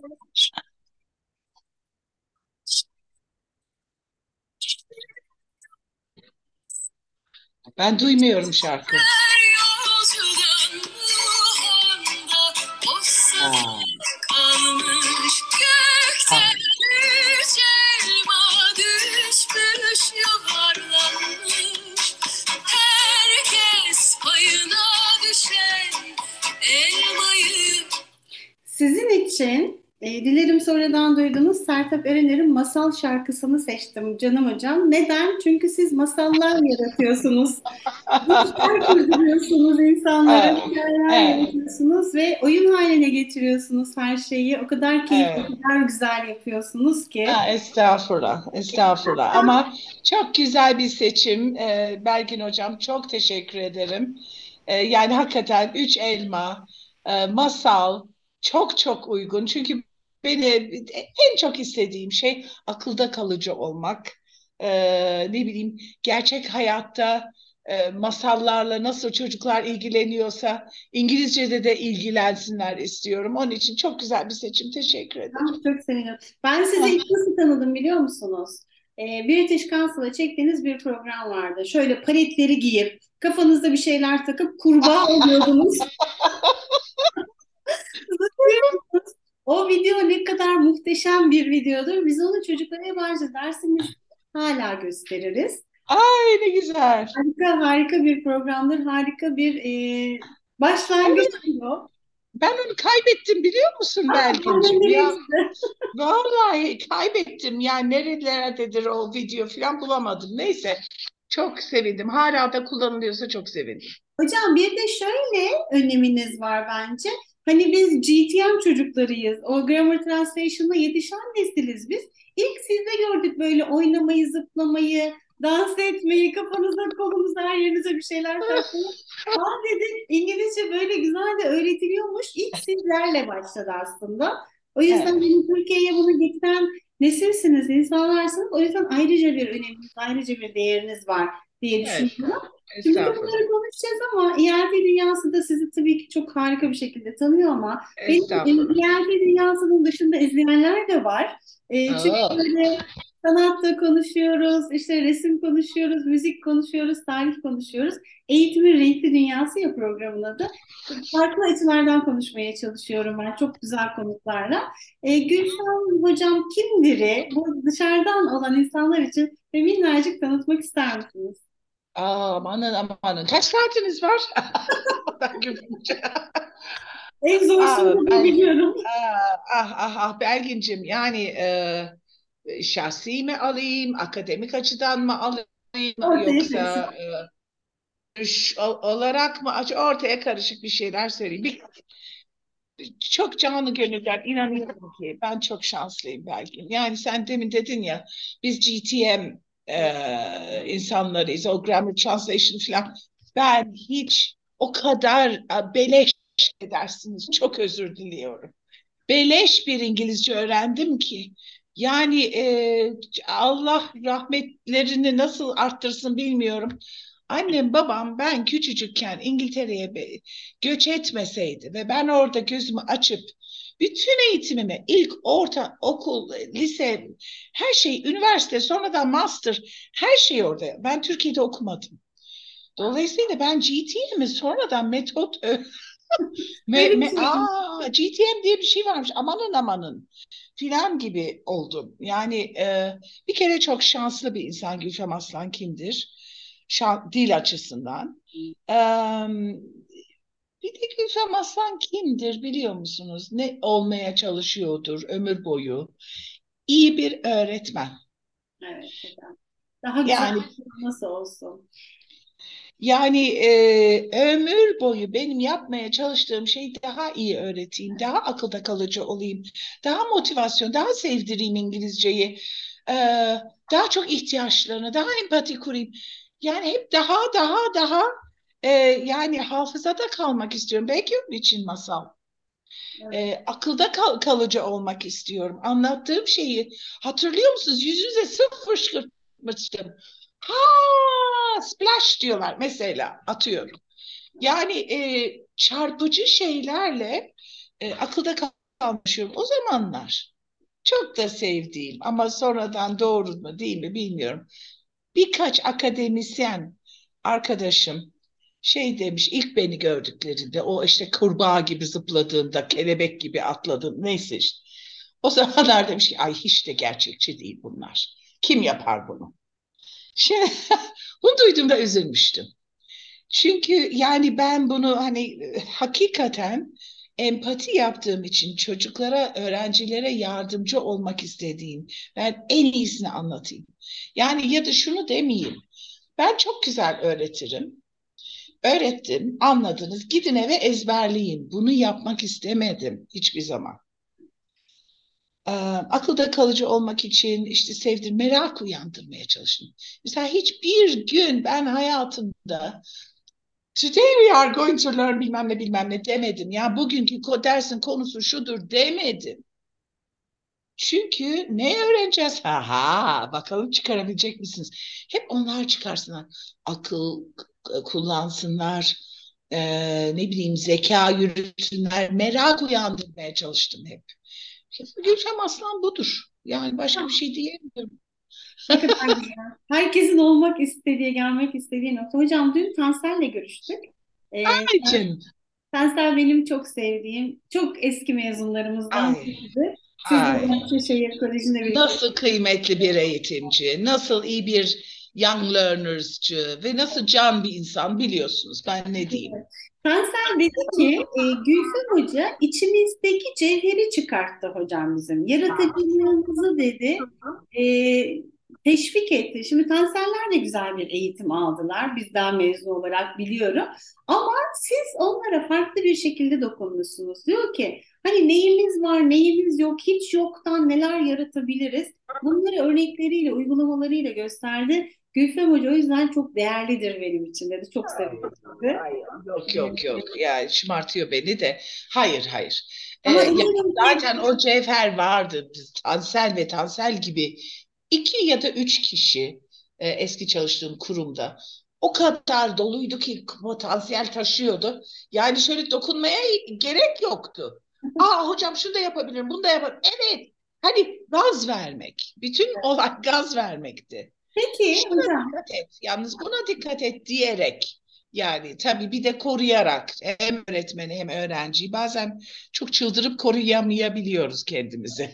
Ben duymuyorum şarkı. Ha, Kalmış ha. gökten üç elma düşmüş yuvarlanmış. Herkes payına düşen elmayı. Sizin için dilerim sonradan duyduğunuz Sertab Erener'in Masal şarkısını seçtim canım hocam. Neden? Çünkü siz masallar yaratıyorsunuz. Düşler kurduruyorsunuz insanlara, Evet, hikayeler evet, yaratıyorsunuz ve oyun haline getiriyorsunuz her şeyi. O kadar keyifli, o evet. kadar güzel yapıyorsunuz ki. Ha, estağfurullah, estağfurullah. Ama çok güzel bir seçim. Belgin Hocam, çok teşekkür ederim. Yani hakikaten üç elma, masal çok çok uygun. Çünkü beni en çok istediğim şey akılda kalıcı olmak. Ne bileyim, gerçek hayatta masallarla nasıl çocuklar ilgileniyorsa İngilizce'de de ilgilensinler istiyorum. Onun için çok güzel bir seçim. Teşekkür ederim. Ah, çok seviniyorum. Ben sizi Ah, ilk nasıl tanıdım biliyor musunuz? British Council'a çektiğiniz bir program vardı. Şöyle paletleri giyip, kafanızda bir şeyler takıp kurbağa oluyordunuz. O video ne kadar muhteşem bir videodur. Biz onu çocuklara yabancı dersimiz hala gösteririz. ay ne güzel. Harika, harika bir programdır. Harika bir başlangıç Evet, bu. ben onu kaybettim biliyor musun Aa, Belgin'cim? nereye Ya gitti? vallahi kaybettim. Yani nerelerdedir o video falan bulamadım. Neyse çok sevindim. Hala da kullanılıyorsa çok sevindim. Hocam bir de şöyle öneminiz var bence. Hani biz GTM çocuklarıyız. O Grammar Translation'la yetişen nesiliz biz. İlk sizde gördük böyle oynamayı, zıplamayı, dans etmeyi, kafanıza, kolunuza, her yerinize bir şeyler takmayı. Aa dedik İngilizce böyle güzel de öğretiliyormuş. İlk sizlerle başladı aslında. O yüzden Evet, hani Türkiye'ye bunu getiren nesilsiniz, insanlarsınız. O yüzden ayrıca bir öneminiz, ayrıca bir değeriniz var diye düşünüyorum. estağfurullah. Şimdi bütün Estağfurullah. bunları konuşacağız ama ELT dünyası da sizi tabii ki çok harika bir şekilde tanıyor ama benim Estağfurullah. ELT dünyasının dışında izleyenler de var. Çünkü Oo, böyle sanatta konuşuyoruz, işte resim konuşuyoruz, müzik konuşuyoruz, tarih konuşuyoruz. Eğitimin renkli dünyası ya programın adı. Farklı açılardan konuşmaya çalışıyorum ben çok güzel konuklarla. Gülşen Hocam kimdir'i bu dışarıdan olan insanlar için ve minnacık tanıtmak ister misiniz? amanın amanın. Kaç saatiniz var? Ben gülünce. En zor Ah, soru bu biliyorum. Belgin'cim yani şahsi mi alayım, akademik açıdan mı alayım Ortaya karışık. yoksa olarak mı ortaya karışık bir şeyler söyleyeyim. Çok canı gönülden inanıyorum ki ben çok şanslıyım Belgin. Yani sen demin dedin ya biz GTM insanlarıyız, o grammar translation falan. Ben hiç o kadar beleş edersiniz. Çok özür diliyorum. Beleş bir İngilizce öğrendim ki. Yani Allah rahmetlerini nasıl arttırsın bilmiyorum. Annem babam ben küçücükken İngiltere'ye göç etmeseydi ve ben orada gözümü açıp bütün eğitimimi ilk orta okul, lise, her şey, üniversite, sonradan master, her şey orada. Ben Türkiye'de okumadım. Dolayısıyla ben GT'mi sonradan Benim için. GTM diye bir şey varmış. Amanın amanın filan gibi oldum. Yani bir kere çok şanslı bir insan Gülfem Aslankin'dir. Dil açısından. E, bir de Gülfem Aslan kimdir biliyor musunuz? Ne olmaya çalışıyordur ömür boyu? İyi bir öğretmen. Evet hocam. Daha güzel Yani nasıl olsun? ömür boyu benim yapmaya çalıştığım şey daha iyi öğreteyim, daha akılda kalıcı olayım, daha motivasyon, daha sevdireyim İngilizceyi, e, daha çok ihtiyaçlarını, daha empati kurayım. Yani hep daha yani hafızada kalmak istiyorum. Belki onun için masal. Evet. Akılda kalıcı olmak istiyorum. Anlattığım şeyi hatırlıyor musunuz? Yüzünüze sıfır fışkırtmıştım. Ha, splash diyorlar mesela atıyorum. Yani çarpıcı şeylerle akılda anlaşıyorum. O zamanlar çok da sevdiğim ama sonradan doğru mu değil mi bilmiyorum. Birkaç akademisyen arkadaşım şey demiş ilk beni gördüklerinde o işte kurbağa gibi zıpladığında kelebek gibi atladığım neyse işte. O zamanlar demiş ki ay hiç de gerçekçi değil bunlar. Kim yapar bunu? Şimdi bunu duyduğumda üzülmüştüm. Çünkü yani ben bunu hani hakikaten empati yaptığım için çocuklara, öğrencilere yardımcı olmak istediğim. Ben en iyisini anlatayım. Yani ya da şunu demeyeyim. Ben çok güzel öğretirim. Öğrettim, anladınız. Gidin eve ezberleyin. Bunu yapmak istemedim hiçbir zaman. Akılda kalıcı olmak için işte sevdim, merak uyandırmaya çalıştım. Mesela hiçbir gün ben hayatımda Today we are going to learn bilmem ne bilmem ne demedim. Ya bugünkü dersin konusu şudur demedim. Çünkü ne öğreneceğiz? Ha bakalım çıkarabilecek misiniz? Hep onlar çıkarsınlar. Akıl kullansınlar. Ne bileyim zeka yürütsünler. Merak uyandırmaya çalıştım hep. Gülfem Aslan budur. Yani başka bir şey diyemiyorum. Ne kadar güzel. Herkesin olmak istediği, gelmek istediği nokta. Hocam dün Tansel'le görüştük. Ee, için. Tansel benim çok sevdiğim, çok eski mezunlarımızdan Ay, biriydi. Siz de ay. Bahçeşehir Koleji'nde birlikte. Nasıl kıymetli bir eğitimci, nasıl iyi bir young learners'cı ve nasıl can bir insan biliyorsunuz. Ben ne diyeyim? Tansel dedi ki, Gülfem Hoca içimizdeki cevheri çıkarttı hocam bizim. Yaratıcılığımızı dedi, e, teşvik etti. Şimdi Tanseller de güzel bir eğitim aldılar. Bizden mezun olarak biliyorum. Ama siz onlara farklı bir şekilde dokunmuşsunuz. Diyor ki, hani neyimiz var, neyimiz yok, hiç yoktan neler yaratabiliriz? Bunları örnekleriyle, uygulamalarıyla gösterdi. Gülfem Hoca o yüzden çok değerlidir benim için dedi. Çok seviyorum sizi. Hayır, yok yok yok. Yani şımartıyor beni de. Hayır hayır. Ama Ya eminim ki zaten o cevher vardı. Tansel ve Tansel gibi 2 ya da 3 kişi eski çalıştığım kurumda o kadar doluydu ki potansiyel taşıyordu. Yani şöyle dokunmaya gerek yoktu. Aa hocam şunu da yapabilirim, bunu da yapabilirim. Evet. Hani gaz vermek. Bütün olay gaz vermekti. peki Şuna hocam. dikkat et, yalnız buna dikkat et diyerek yani tabii bir de koruyarak hem öğretmeni hem öğrenciyi bazen çok çıldırıp koruyamayabiliyoruz kendimizi.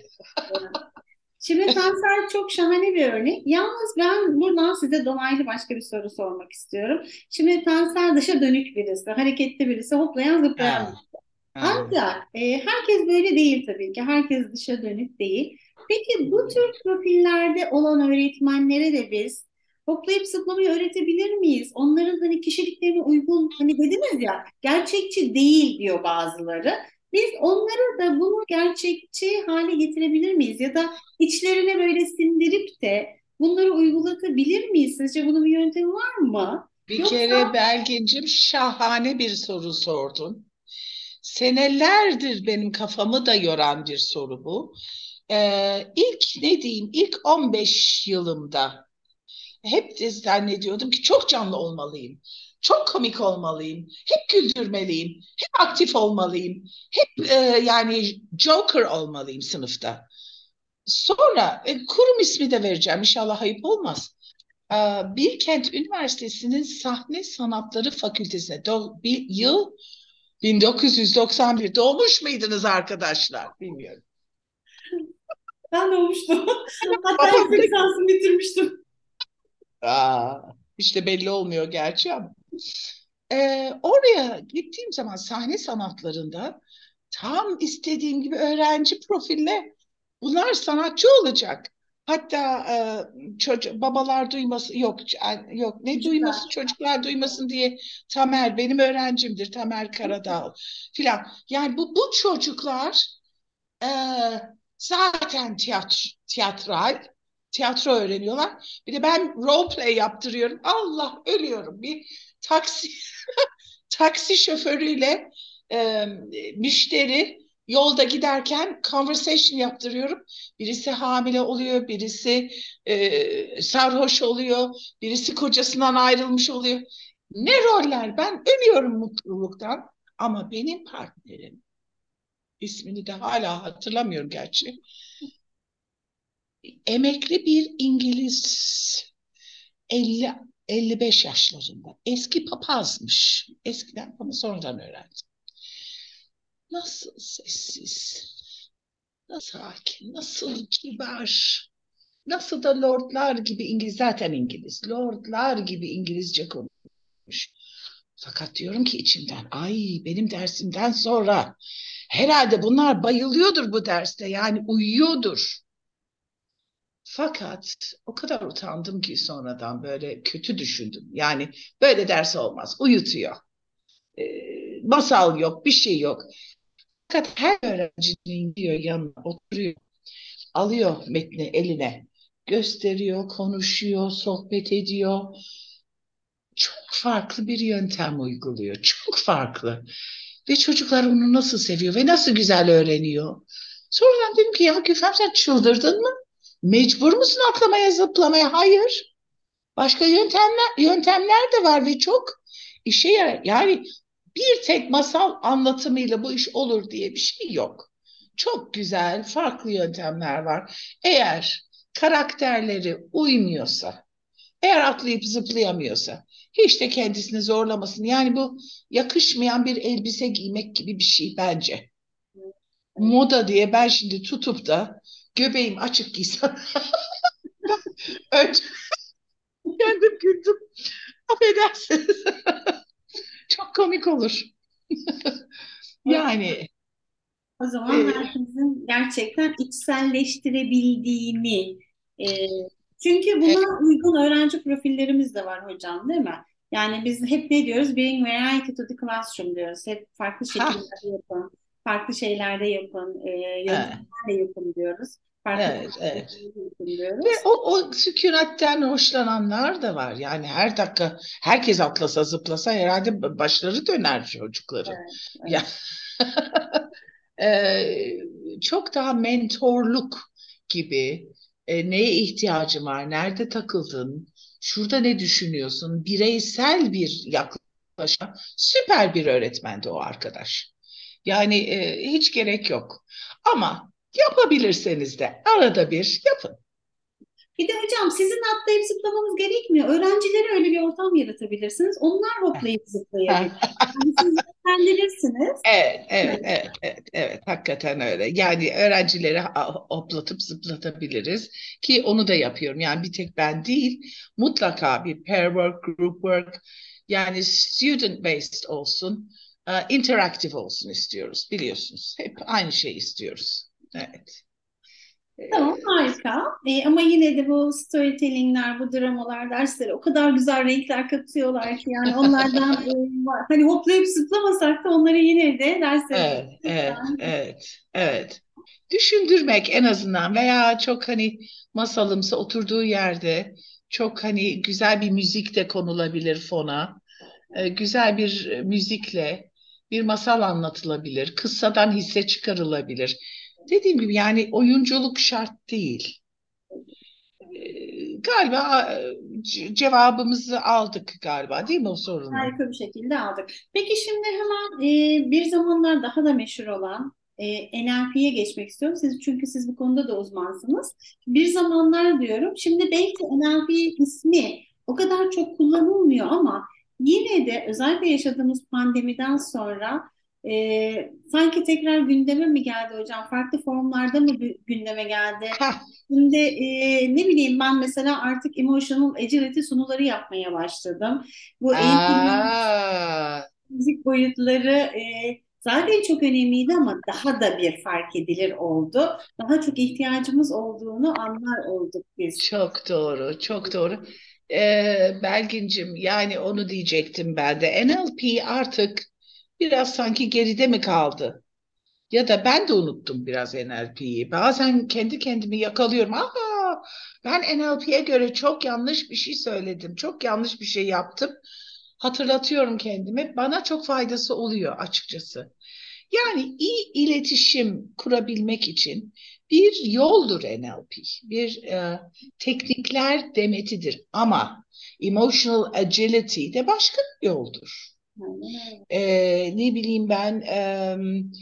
Şimdi Tansel çok şahane bir örnek. Yalnız ben buradan size dolaylı başka bir soru sormak istiyorum. Şimdi Tansel dışa dönük birisi, hareketli birisi, hoplayan zıplayan. Ha, ha. Ancak herkes böyle değil tabii ki. Herkes dışa dönük değil. Peki bu tür profillerde olan öğretmenlere de biz hoplayıp zıplamayı öğretebilir miyiz? Onların hani kişiliklerine uygun, hani dediniz ya, gerçekçi değil diyor bazıları. Biz onlara da bunu gerçekçi hale getirebilir miyiz? Ya da içlerine böyle sindirip de bunları uygulatabilir miyiz? Sizce bunun bir yöntemi var mı? Bir Yoksa kere Belgin'cim şahane bir soru sordun. Senelerdir benim kafamı da yoran bir soru bu. İlk ne diyeyim, ilk 15 yılımda hep de zannediyordum ki çok canlı olmalıyım. Çok komik olmalıyım. Hep güldürmeliyim. Hep aktif olmalıyım. Hep yani Joker olmalıyım sınıfta. Sonra kurum ismi de vereceğim. İnşallah ayıp olmaz. Bilkent Üniversitesi'nin Sahne Sanatları Fakültesi'ne bir yıl 1991 doğmuş muydunuz arkadaşlar? Bilmiyorum. ben de olmuştum. Hatta Babam yüksek da lisansımı bitirmiştim. Aa, işte belli olmuyor gerçi ama. Oraya gittiğim zaman sahne sanatlarında tam istediğim gibi öğrenci profille bunlar sanatçı olacak. Hatta babalar duymasın yok yok ne duymasın Çocuklar. çocuklar duymasın diye Tamer benim öğrencimdir Tamer Karadağ filan. Yani bu çocuklar e, zaten tiyatro öğreniyorlar. Bir de ben role play yaptırıyorum. Allah ölüyorum. Bir taksi taksi şoförüyle e, müşteri yolda giderken conversation yaptırıyorum. Birisi hamile oluyor, birisi sarhoş oluyor, birisi kocasından ayrılmış oluyor. Ne roller? Ben ölüyorum mutluluktan. Ama benim partnerim ismini de hala hatırlamıyorum gerçi. Emekli bir İngiliz, 50 55 yaşlarında. Eski papazmış. Eskiden ama sonradan öğrendim. Nasıl sessiz, nasıl sakin, nasıl kibar, nasıl da lordlar gibi İngiliz, zaten İngiliz, lordlar gibi İngilizce konuşmuş. Fakat diyorum ki içimden, ay benim dersimden sonra herhalde bunlar bayılıyordur bu derste, yani uyuyordur. Fakat o kadar utandım ki sonradan böyle kötü düşündüm. Yani böyle ders olmaz, uyutuyor. Masal yok, bir şey yok. Fakat her öğrencinin diyor yanına oturuyor, alıyor metni eline, gösteriyor, konuşuyor, sohbet ediyor. Çok farklı bir yöntem uyguluyor, çok farklı. Ve çocuklar onu nasıl seviyor ve nasıl güzel öğreniyor. Sonradan dedim ki ya Güfem sen çıldırdın mı? Mecbur musun atlamaya zıplamaya? Hayır. Başka yöntemler de var ve çok işe yarar. Yani bir tek masal anlatımıyla bu iş olur diye bir şey yok. Çok güzel, farklı yöntemler var. Eğer karakterleri uymuyorsa, eğer atlayıp zıplayamıyorsa, hiç de kendisini zorlamasın. Yani bu yakışmayan bir elbise giymek gibi bir şey bence. Evet. Moda diye ben şimdi tutup da göbeğim açık giysem önce kendim güldüm. Affedersiniz. Çok komik olur. Yani O zaman e, herkesin gerçekten içselleştirebildiğini, e, çünkü e, buna uygun öğrenci profillerimiz de var hocam, değil mi? Yani biz hep ne diyoruz? Bring variety to the classroom diyoruz. Hep farklı ha, şekillerde yapın, farklı şeylerde yapın, e, yöntemlerle yapın diyoruz. Farklı evet, evet. farklı yapın Ve diyoruz. o sükunetten hoşlananlar da var. Yani her dakika herkes atlasa zıplasa herhalde başları döner çocukların. Evet, Ya evet. çok daha mentorluk gibi, neye ihtiyacın var, nerede takıldın, şurada ne düşünüyorsun, bireysel bir yaklaşım, süper bir öğretmendi o arkadaş. Yani hiç gerek yok. Ama yapabilirseniz de arada bir yapın. Bir de hocam sizin atlayıp zıplamanız gerekmiyor. Öğrencilere öyle bir ortam yaratabilirsiniz. Onlar hoplayıp zıplayabilir. Yani siz yönlendirirsiniz. Evet, evet, Evet. evet, evet, evet, hakikaten öyle. Yani öğrencileri hoplatıp zıplatabiliriz ki onu da yapıyorum. Yani bir tek ben değil, mutlaka bir pair work, group work, yani student based olsun, interactive olsun istiyoruz, biliyorsunuz. Hep aynı şeyi istiyoruz. Evet. Tamam, Ee, harika. Ama yine de bu storytellingler, bu dramalar, dersleri o kadar güzel renkler katıyorlar ki yani onlardan hani hoplayıp zıplamasak da onları yine de derslerimize Evet, evet, evet, evet. Düşündürmek en azından veya çok hani masalımsı oturduğu yerde çok hani güzel bir müzik de konulabilir fona. Güzel bir müzikle bir masal anlatılabilir. Kıssadan hisse çıkarılabilir. Dediğim gibi yani oyunculuk şart değil. Galiba cevabımızı aldık galiba değil mi o sorunun? harika bir şekilde aldık. Peki şimdi hemen bir zamanlar daha da meşhur olan NLP'ye geçmek istiyorum. Çünkü siz bu konuda da uzmansınız. Bir zamanlar diyorum. Şimdi belki NLP ismi o kadar çok kullanılmıyor ama yine de özellikle yaşadığımız pandemiden sonra sanki tekrar gündeme mi geldi hocam? Farklı formlarda mı gündeme geldi? Ha, Şimdi ne bileyim ben mesela artık emotional agility sunuları yapmaya başladım. Bu eğitimin aa, müzik boyutları zaten çok önemliydi ama daha da bir fark edilir oldu. Daha çok ihtiyacımız olduğunu anlar olduk biz. çok doğru, çok doğru. Belgincim, yani onu diyecektim ben de. NLP artık biraz sanki geride mi kaldı? Ya da ben de unuttum biraz NLP'yi. Bazen kendi kendimi yakalıyorum. Aa, ben NLP'ye göre çok yanlış bir şey söyledim. Çok yanlış bir şey yaptım. Hatırlatıyorum kendime. Bana çok faydası oluyor açıkçası. Yani iyi iletişim kurabilmek için bir yoldur NLP. Bir teknikler demetidir. Ama emotional agility de başka bir yoldur. Aynen öyle. Ne bileyim ben,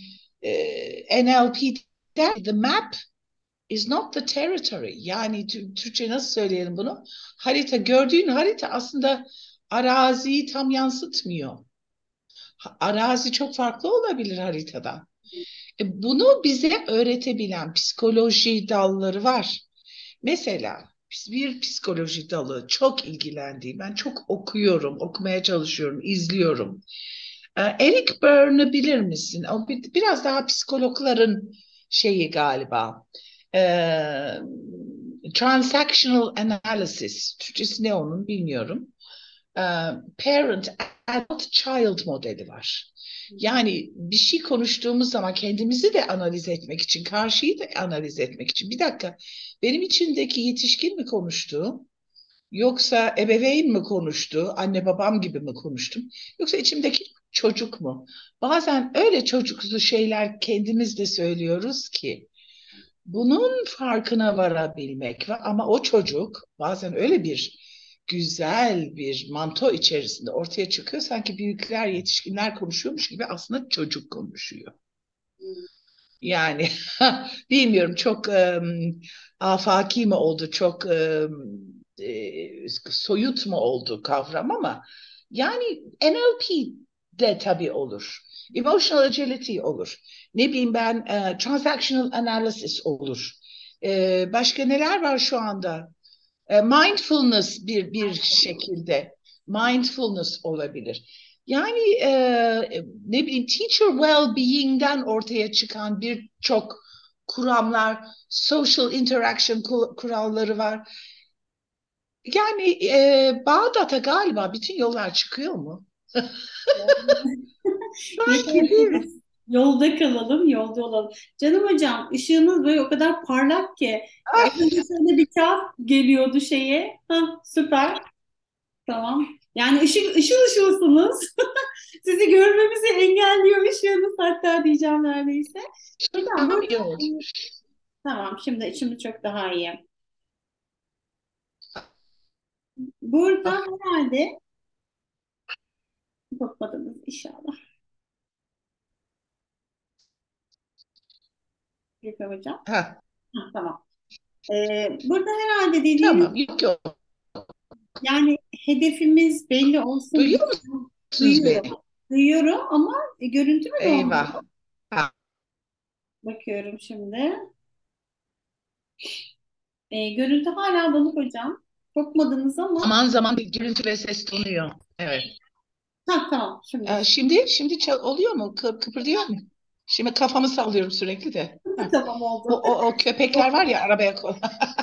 NLP'de the map is not the territory. Yani Türkçe nasıl söyleyelim bunu? Harita, gördüğün harita aslında araziyi tam yansıtmıyor. Arazi çok farklı olabilir haritada. Bunu bize öğretebilen psikoloji dalları var. Mesela bir psikoloji dalı çok ilgilendiğim, ben çok okuyorum, okumaya çalışıyorum, izliyorum. Eric Berne'ı bilir misin? O biraz daha psikologların şeyi galiba. Ee, Transactional Analysis. Türkçesi ne onun bilmiyorum. Ee, Parent Adult Child modeli var. Yani bir şey konuştuğumuz zaman kendimizi de analiz etmek için, karşıyı da analiz etmek için. Bir dakika, benim içimdeki yetişkin mi konuştu? Yoksa ebeveyn mi konuştu? Anne babam gibi mi konuştum? Yoksa içimdeki çocuk mu? Bazen öyle çocuksu şeyler kendimiz de söylüyoruz ki bunun farkına varabilmek ve ama o çocuk bazen öyle bir güzel bir manto içerisinde ortaya çıkıyor sanki büyükler yetişkinler konuşuyormuş gibi aslında çocuk konuşuyor. Yani bilmiyorum çok afaki mi oldu çok soyut mu oldu kavram ama yani NLP de tabii olur. Emotional agility olur. Ne bileyim ben transactional analysis olur. Başka neler var şu anda? Mindfulness bir şekilde mindfulness olabilir. Yani ne bileyim teacher well-being'den ortaya çıkan birçok kuramlar, social interaction kuralları var. Yani Bağdat'a galiba bütün yollar çıkıyor mu? Yeter Sanki ki değil mi? biz yolda kalalım, yolda olalım. Canım hocam, ışığınız böyle o kadar parlak ki. Az önce şöyle bir kağıt geliyordu şeye. Hah, süper. Tamam. Yani ışıl ışılsınız. Sizi görmemizi engelliyor ışığınız hatta diyeceğim neredeyse. Hocam Daha burada iyi oldu. tamam şimdi çok daha iyi. Burada herhalde kopmadınız inşallah. Gökhan hocam. Ha, Ha, tamam. Burada herhalde dediğiniz tamam, yok yok. yani hedefimiz belli olsun Duyuyor diye musunuz duyuyorum. beni? Duyuyorum ama görüntü mü Eyvah. dondu? Ha, Bakıyorum şimdi. Görüntü hala donuk hocam. Kopmadınız ama. zaman zaman bir görüntü ve ses donuyor. Evet. Ha tamam şimdi. Şimdi oluyor mu? Kıpırdıyor mu? Şimdi kafamı sallıyorum sürekli de. Heh. Tamam oldu. O köpekler var ya arabaya koy.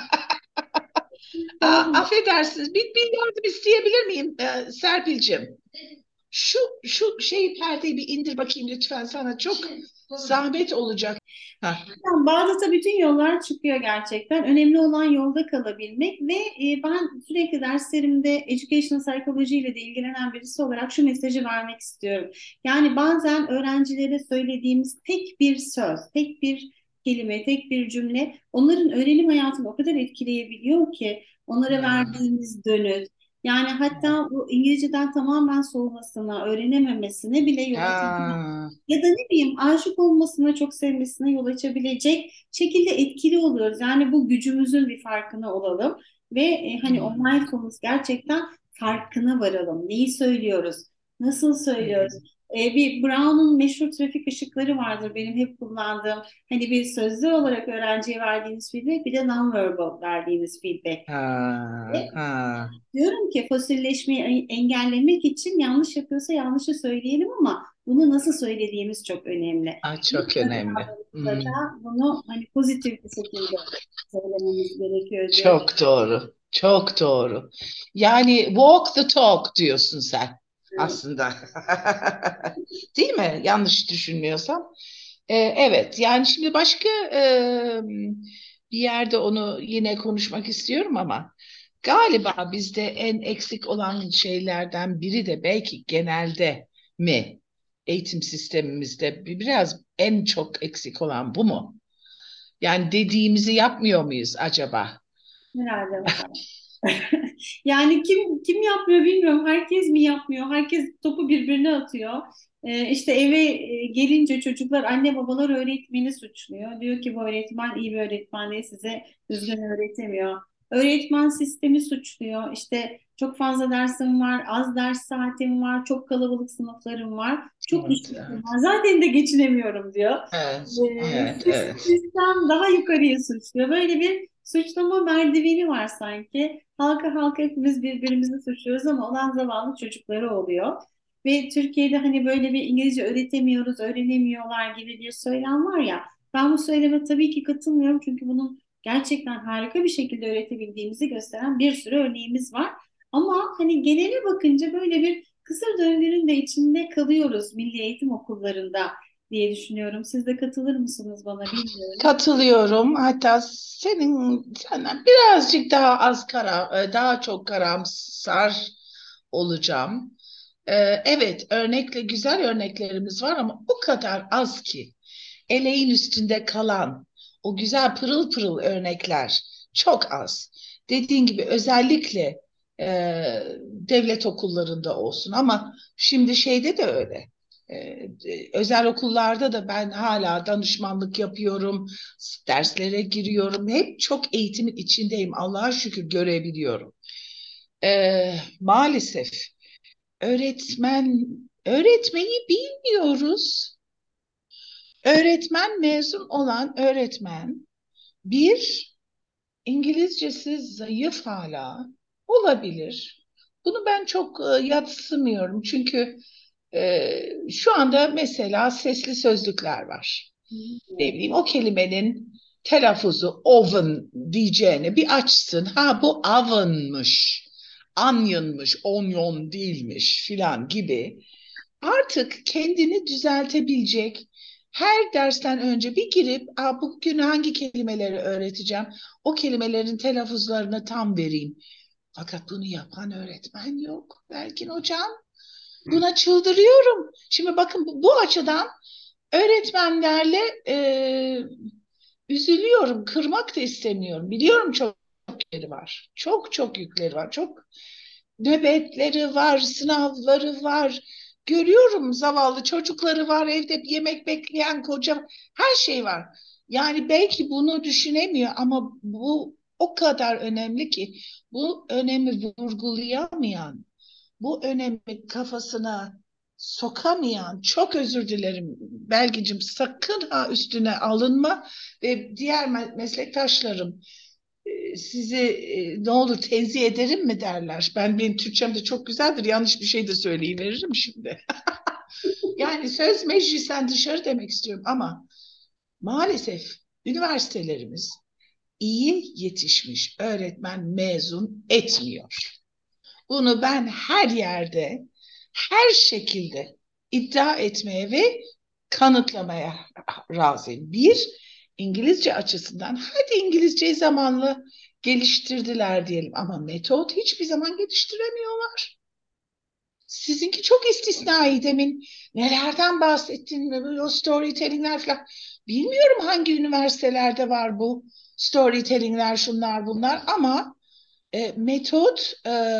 Tamam. Affedersiniz. Bir yardım isteyebilir miyim Serpil'cim? Şu şeyi perdeyi bir indir bakayım lütfen sana çok zahmet olacak. Heh. Yani Bağdat'a bütün yollar çıkıyor gerçekten. Önemli olan yolda kalabilmek ve ben sürekli derslerimde educational psychology ile de ilgilenen birisi olarak şu mesajı vermek istiyorum. Yani bazen öğrencilere söylediğimiz tek bir söz, tek bir kelime, tek bir cümle onların öğrenim hayatını o kadar etkileyebiliyor ki onlara Hmm. verdiğimiz dönüt. Yani hatta bu İngilizceden tamamen soğumasına, öğrenememesine bile yol açabilir Ha. ya da ne bileyim aşık olmasına, çok sevmesine yol açabilecek şekilde etkili oluyoruz. Yani bu gücümüzün bir farkına olalım ve hani o Hmm. mindfulness gerçekten farkına varalım. Neyi söylüyoruz? Nasıl söylüyoruz? Hmm. Bir Brown'un meşhur trafik ışıkları vardır benim hep kullandığım. Hani bir sözlü olarak öğrenciye verdiğiniz feedback bir de non-verbal verdiğiniz feedback. Ha. Ha. Diyorum ki fosilleşmeyi engellemek için yanlış yapıyorsa yanlışı söyleyelim ama bunu nasıl söylediğimiz çok önemli. Ay, İlk çok önemli. aşamada Hmm. da bunu hani pozitif bir şekilde söylememiz gerekiyor diye. Çok doğru. Çok doğru. Yani walk the talk diyorsun sen Evet. aslında. Değil mi? Yanlış düşünmüyorsam. Evet. Yani şimdi başka bir yerde onu yine konuşmak istiyorum ama galiba bizde en eksik olan şeylerden biri de belki genelde mi eğitim sistemimizde biraz en çok eksik olan bu mu? Yani dediğimizi yapmıyor muyuz acaba? Herhalde hocam. Yani kim yapmıyor bilmiyorum. Herkes mi yapmıyor? Herkes topu birbirine atıyor. İşte eve gelince çocuklar anne babalar öğretmeni suçluyor. Diyor ki bu öğretmen iyi bir öğretmen değil, size düzgün öğretemiyor. Öğretmen sistemi suçluyor. İşte çok fazla dersim var, az ders saatim var, çok kalabalık sınıflarım var, çok iş Evet, yüküm evet. var. Zaten de geçinemiyorum diyor. Evet, evet, evet. Sistem daha yukarıya suçluyor. Böyle bir suçlama merdiveni var sanki. Halka halka hepimiz birbirimizi suçluyoruz ama olan zavallı çocukları oluyor. Ve Türkiye'de hani böyle bir İngilizce öğretemiyoruz, öğrenemiyorlar gibi bir söylem var ya. Ben bu söyleme tabii ki katılmıyorum. Çünkü bunun gerçekten harika bir şekilde öğretebildiğimizi gösteren bir sürü örneğimiz var. Ama hani genele bakınca böyle bir kısır döngünün de içinde kalıyoruz milli eğitim okullarında diye düşünüyorum. Siz de katılır mısınız bana bilmiyorum. Katılıyorum. Hatta senden birazcık daha daha çok karamsar olacağım. Evet, güzel örneklerimiz var ama o kadar az ki. Eleğin üstünde kalan o güzel pırıl pırıl örnekler çok az. Dediğin gibi özellikle devlet okullarında olsun ama şimdi şeyde de öyle. Özel okullarda da ben hala danışmanlık yapıyorum, derslere giriyorum. Hep çok eğitimin içindeyim. Allah'a şükür görebiliyorum. Maalesef öğretmeyi bilmiyoruz. Öğretmen mezun olan öğretmen bir İngilizcesi zayıf hala olabilir. Bunu ben çok yadsımıyorum çünkü şu anda mesela sesli sözlükler var. Ne bileyim o kelimenin telaffuzu oven diyeceğine bir açsın. Ha bu oven'mış, onion'mış, onion değilmiş filan gibi artık kendini düzeltebilecek her dersten önce bir girip bugün hangi kelimeleri öğreteceğim, o kelimelerin telaffuzlarını tam vereyim. Fakat bunu yapan öğretmen yok. Belki hocam buna çıldırıyorum. Şimdi bakın bu açıdan öğretmenlerle üzülüyorum. Kırmak da istemiyorum. Biliyorum çok yükleri var. Çok çok yükleri var. Çok nöbetleri var, sınavları var. Görüyorum zavallı çocukları var, evde yemek bekleyen koca her şey var. Yani belki bunu düşünemiyor ama bu o kadar önemli ki bu önemi vurgulayamayan, bu önemi kafasına sokamayan çok özür dilerim Belgicim sakın ha üstüne alınma ve diğer meslektaşlarım sizi ne olur tenzih ederim mi derler. Benim Türkçem de çok güzeldir. Yanlış bir şey de söyleyiveririm şimdi. Yani söz meclisten dışarı demek istiyorum ama maalesef üniversitelerimiz iyi yetişmiş öğretmen mezun etmiyor. Bunu ben her yerde, her şekilde iddia etmeye ve kanıtlamaya razıyım. Bir, İngilizce açısından hadi İngilizceyi zamanla geliştirdiler diyelim ama metot hiçbir zaman geliştiremiyorlar. Sizinki çok istisnai demin nelerden bahsettin o storytellingler falan. Bilmiyorum hangi üniversitelerde var bu storytellingler şunlar bunlar ama metot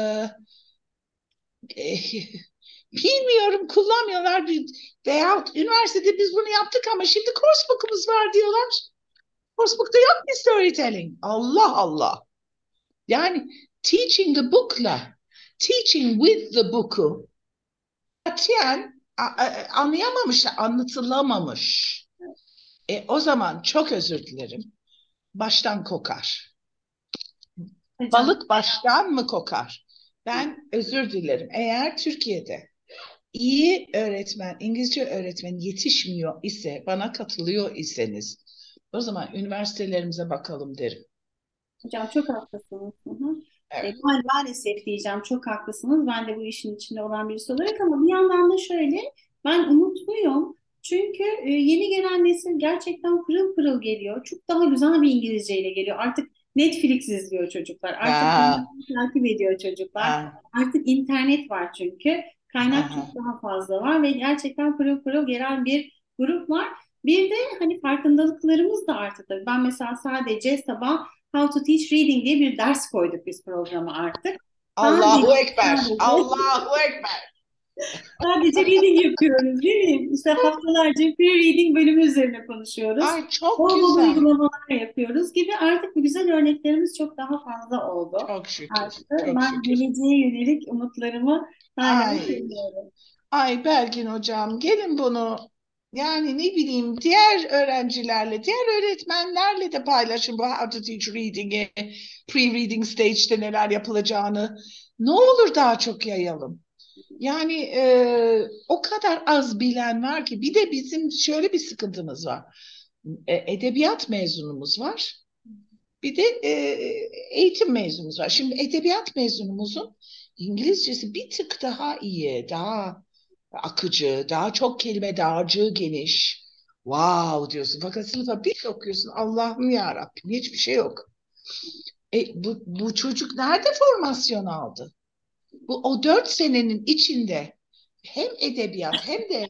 e, bilmiyorum kullanmıyorlar veyahut üniversitede biz bunu yaptık ama şimdi coursebook'umuz var diyorlar. Coursebook'ta yok bir storytelling. Allah Allah. Yani teaching the book'la teaching with the book'u katiyen anlayamamışlar, anlatılamamış. O zaman çok özür dilerim. Baştan kokar. Hocam. Balık baştan mı kokar? Ben özür dilerim. Eğer Türkiye'de iyi öğretmen, İngilizce öğretmen yetişmiyor ise, bana katılıyor iseniz, o zaman üniversitelerimize bakalım derim. Hocam çok haklısınız. Hı hı. Evet. Maalesef diyeceğim çok haklısınız. Ben de bu işin içinde olan birisi olarak ama bir yandan da şöyle ben umutluyum. Çünkü yeni gelen nesil gerçekten pırıl pırıl geliyor. Çok daha güzel bir İngilizceyle geliyor. Artık Netflix izliyor çocuklar. Artık Ha, takip ediyor çocuklar. ha, Artık internet var çünkü. ha, Kaynak çok ha. daha fazla var ve gerçekten pırıl pırıl gelen bir grup var. Bir de hani farkındalıklarımız da arttı tabii. Ben mesela sadece sabah How to Teach Reading diye bir ders koyduk biz programa artık. Allahu Sadece, Ekber, sadece Allahu Ekber. Sadece reading yapıyoruz değil mi? İşte haftalarca pre-reading bölümü üzerine konuşuyoruz. Ay çok Bol bol güzel. uygulamalar yapıyoruz gibi artık bu güzel örneklerimiz çok daha fazla oldu. Çok şükür. Artık Çok ben şükür. geleceğe yönelik umutlarımı hala Ay. seviyorum. Ay Belgin hocam gelin bunu yani ne bileyim diğer öğrencilerle, diğer öğretmenlerle de paylaşın bu How to Teach Reading'i, pre-reading stage'de neler yapılacağını. Ne olur daha çok yayalım. Yani o kadar az bilen var ki bir de bizim şöyle bir sıkıntımız var. Edebiyat mezunumuz var. Bir de eğitim mezunumuz var. Şimdi edebiyat mezunumuzun İngilizcesi bir tık daha iyi, daha akıcı, daha çok kelime dağarcığı geniş. Wow diyorsun. Fakat sınıfa bir okuyorsun. Allah'ım ya Rabbim hiçbir şey yok. Bu çocuk nerede formasyon aldı? Bu o 4 senenin içinde hem edebiyat hem de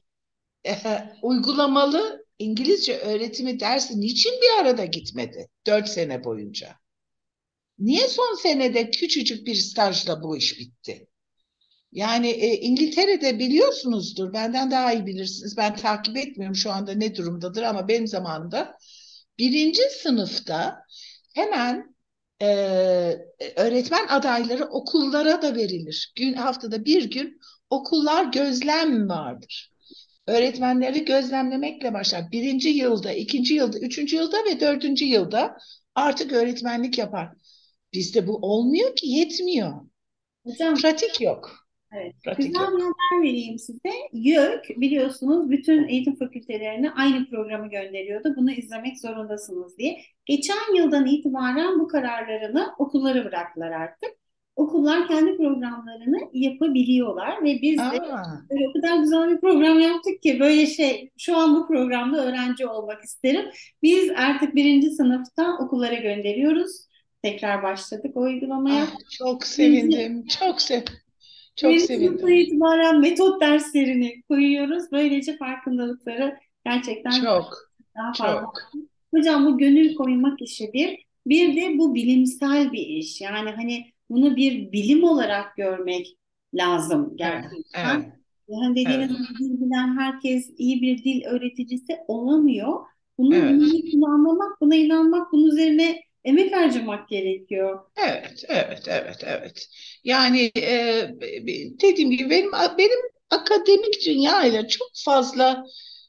uygulamalı İngilizce öğretimi dersi niçin bir arada gitmedi 4 sene boyunca? Niye son senede küçücük bir stajla bu iş bitti? Yani İngiltere'de biliyorsunuzdur, benden daha iyi bilirsiniz. Ben takip etmiyorum şu anda ne durumdadır ama benim zamanımda birinci sınıfta hemen e, öğretmen adayları okullara da verilir. Haftada bir gün okullar gözlem vardır. Öğretmenleri gözlemlemekle başlar. Birinci yılda, ikinci yılda, üçüncü yılda ve dördüncü yılda artık öğretmenlik yapar. Bizde bu olmuyor ki, yetmiyor. Hocam, Pratik yok. evet. Pratik Güzel bir yok. haber vereyim size. YÖK biliyorsunuz bütün eğitim fakültelerine aynı programı gönderiyordu. Bunu izlemek zorundasınız diye. Geçen yıldan itibaren bu kararlarını okullara bıraktılar artık. Okullar kendi programlarını yapabiliyorlar ve biz de Aa, böyle o kadar güzel bir program yaptık ki böyle şey şu an bu programda öğrenci olmak isterim. Biz artık birinci sınıfta okullara gönderiyoruz. Tekrar başladık o uygulamaya. çok Birinci sevindim. Çok Birinci sınıftan sevindim. itibaren metot derslerini koyuyoruz. Böylece farkındalıkları gerçekten Çok, daha fazla. çok. Hocam bu gönül koymak işi bir. Bir de bu bilimsel bir iş. Yani hani bunu bir bilim olarak görmek lazım Evet, gerçekten. evet, Yani dediğiniz evet, gibi dil bilen herkes iyi bir dil öğreticisi olamıyor. Bunu evet. bilmek, bunu anlamak, buna inanmak, bunun üzerine emek harcamak gerekiyor. Evet, evet, evet, evet. Yani dediğim gibi benim akademik dünyayla çok fazla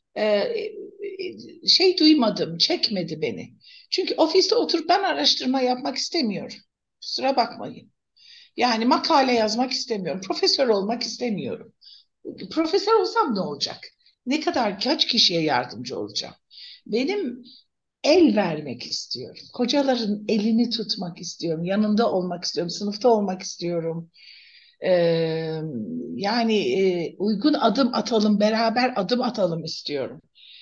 şey duymadım, çekmedi beni. Çünkü ofiste oturup ben araştırma yapmak istemiyorum. Kusura bakmayın. Yani makale yazmak istemiyorum. Profesör olmak istemiyorum. Profesör olsam ne olacak? Kaç kişiye yardımcı olacağım? Benim el vermek istiyorum. Hocaların elini tutmak istiyorum. Yanında olmak istiyorum. Sınıfta olmak istiyorum. Ee, yani uygun adım atalım, beraber adım atalım istiyorum.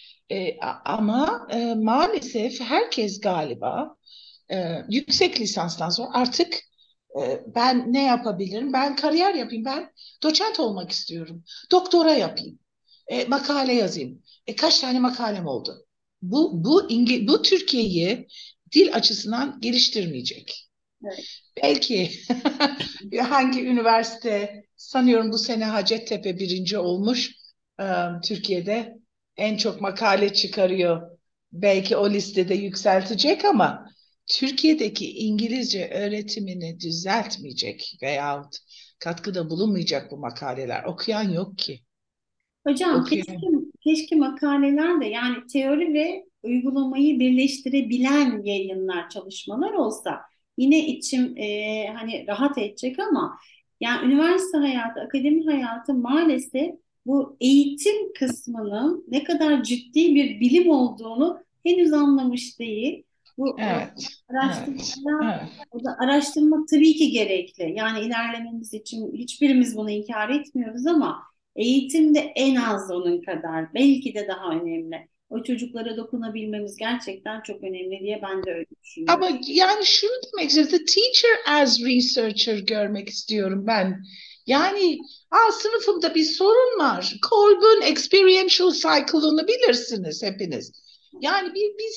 Ama maalesef herkes galiba yüksek lisanstan sonra artık ben ne yapabilirim? Ben kariyer yapayım. Ben doçent olmak istiyorum. Doktora yapayım. Makale yazayım. Kaç tane makalem oldu? Bu Türkiye'yi dil açısından geliştirmeyecek. Evet. Belki hangi üniversite sanıyorum bu sene Hacettepe birinci olmuş Türkiye'de en çok makale çıkarıyor. Belki o listede yükseltecek ama Türkiye'deki İngilizce öğretimini düzeltmeyecek veyahut katkıda bulunmayacak bu makaleler. Okuyan yok ki. Hocam Okuyan. keşke makaleler de yani teori ve uygulamayı birleştirebilen yayınlar, çalışmalar olsa yine içim hani rahat edecek ama yani üniversite hayatı, akademi hayatı maalesef bu eğitim kısmının ne kadar ciddi bir bilim olduğunu henüz anlamış değil. Bu Evet, evet, araştırmalar, evet. o da araştırma tabii ki gerekli. Yani ilerlememiz için hiçbirimiz bunu inkar etmiyoruz ama eğitim de en az onun kadar, belki de daha önemli. O çocuklara dokunabilmemiz gerçekten çok önemli diye ben de öyle düşünüyorum. Ama yani şunu demek istiyorum. The teacher as researcher görmek istiyorum ben. Yani sınıfımda bir sorun var. Kolb'un experiential cycle'ını bilirsiniz hepiniz. Yani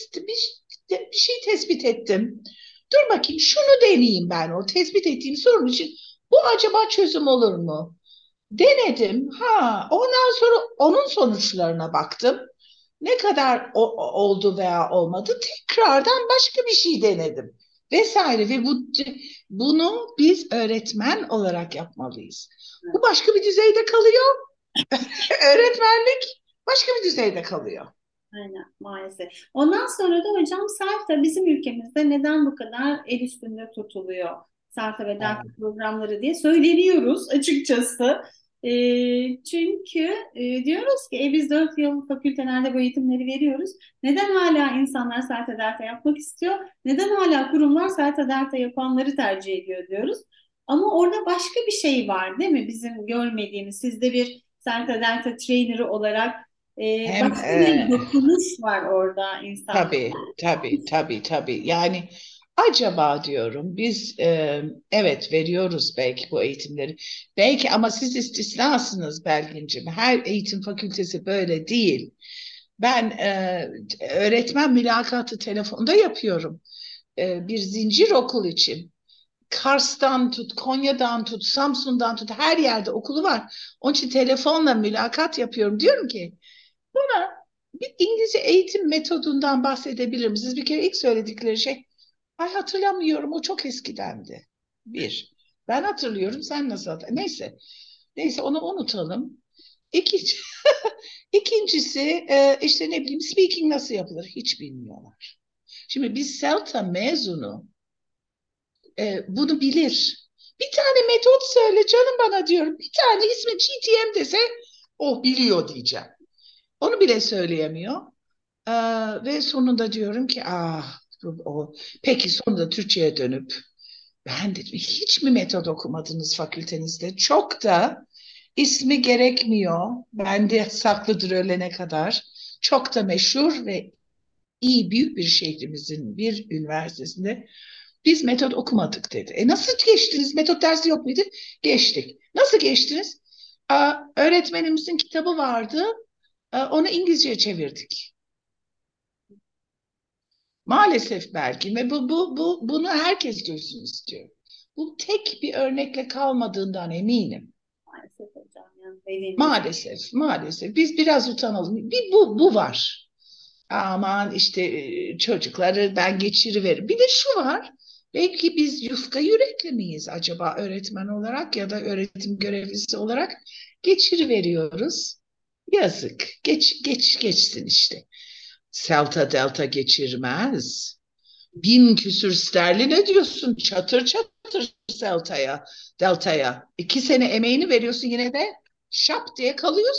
bir şey tespit ettim. Dur bakayım şunu deneyeyim ben o tespit ettiğim sorun için. Bu acaba çözüm olur mu? Denedim. Ondan sonra onun sonuçlarına baktım. Ne kadar oldu veya olmadı. Tekrardan başka bir şey denedim. Vesaire ve bunu biz öğretmen olarak yapmalıyız. Bu başka bir düzeyde kalıyor. Öğretmenlik başka bir düzeyde kalıyor. Aynen, maalesef. Ondan sonra da hocam Selta bizim ülkemizde neden bu kadar el üstünde tutuluyor? Selta ve Delta Evet. programları diye söyleniyoruz açıkçası. Çünkü diyoruz ki biz 4 yıl fakültelerde bu eğitimleri veriyoruz. Neden hala insanlar Selta Delta yapmak istiyor? Neden hala kurumlar Selta Delta yapanları tercih ediyor diyoruz. Ama orada başka bir şey var değil mi? Bizim görmediğimiz. Siz de bir Selta Delta trainer'ı olarak Hem başka bir dokunuş var orada insan. tabii. Yani acaba diyorum biz evet veriyoruz belki bu eğitimleri. Belki ama siz istisnasınız Belgin'cim. Her eğitim fakültesi böyle değil. Ben öğretmen mülakatı telefonda yapıyorum. Bir zincir okul için. Kars'tan tut, Konya'dan tut, Samsun'dan tut her yerde okulu var. Onun için telefonla mülakat yapıyorum. Diyorum ki bana bir İngilizce eğitim metodundan bahsedebilir misiniz? Bir kere ilk söyledikleri şey, ay hatırlamıyorum o çok eskidendi. Bir. Ben hatırlıyorum sen nasıl Neyse. Neyse onu unutalım. İkinci, İkincisi işte ne bileyim speaking nasıl yapılır hiç bilmiyorlar. Şimdi biz CELTA mezunu bunu bilir. Bir tane metot söyle canım bana diyorum. Bir tane ismi GTM dese oh biliyor diyeceğim. Onu bile söyleyemiyor. Ve sonunda diyorum ki o. Peki sonunda Türkçe'ye dönüp ben dedim hiç mi metot okumadınız fakültenizde? Çok da ismi gerekmiyor. Bende saklıdır ölene kadar. Çok da meşhur ve iyi büyük bir şehrimizin bir üniversitesinde biz metot okumadık dedi. Nasıl geçtiniz? Metot dersi yok muydu? Geçtik. Nasıl geçtiniz? Öğretmenimizin kitabı vardı. Onu İngilizceye çevirdik. Maalesef belki ve bunu herkes duysun istiyor. Bu tek bir örnekle kalmadığından eminim. Maalesef hocam yani dediğiniz. Maalesef. Biz biraz utanalım. Bu var. Aman işte çocukları ben geçiriveririm. Bir de şu var. Belki biz yufka yürekli miyiz acaba öğretmen olarak ya da öğretim görevlisi olarak geçiriveriyoruz. Yazık. Geçsin işte. Selta Delta geçirmez. 1000 küsür sterlin ödüyorsun çatır çatır Delta'ya. 2 sene emeğini veriyorsun yine de şap diye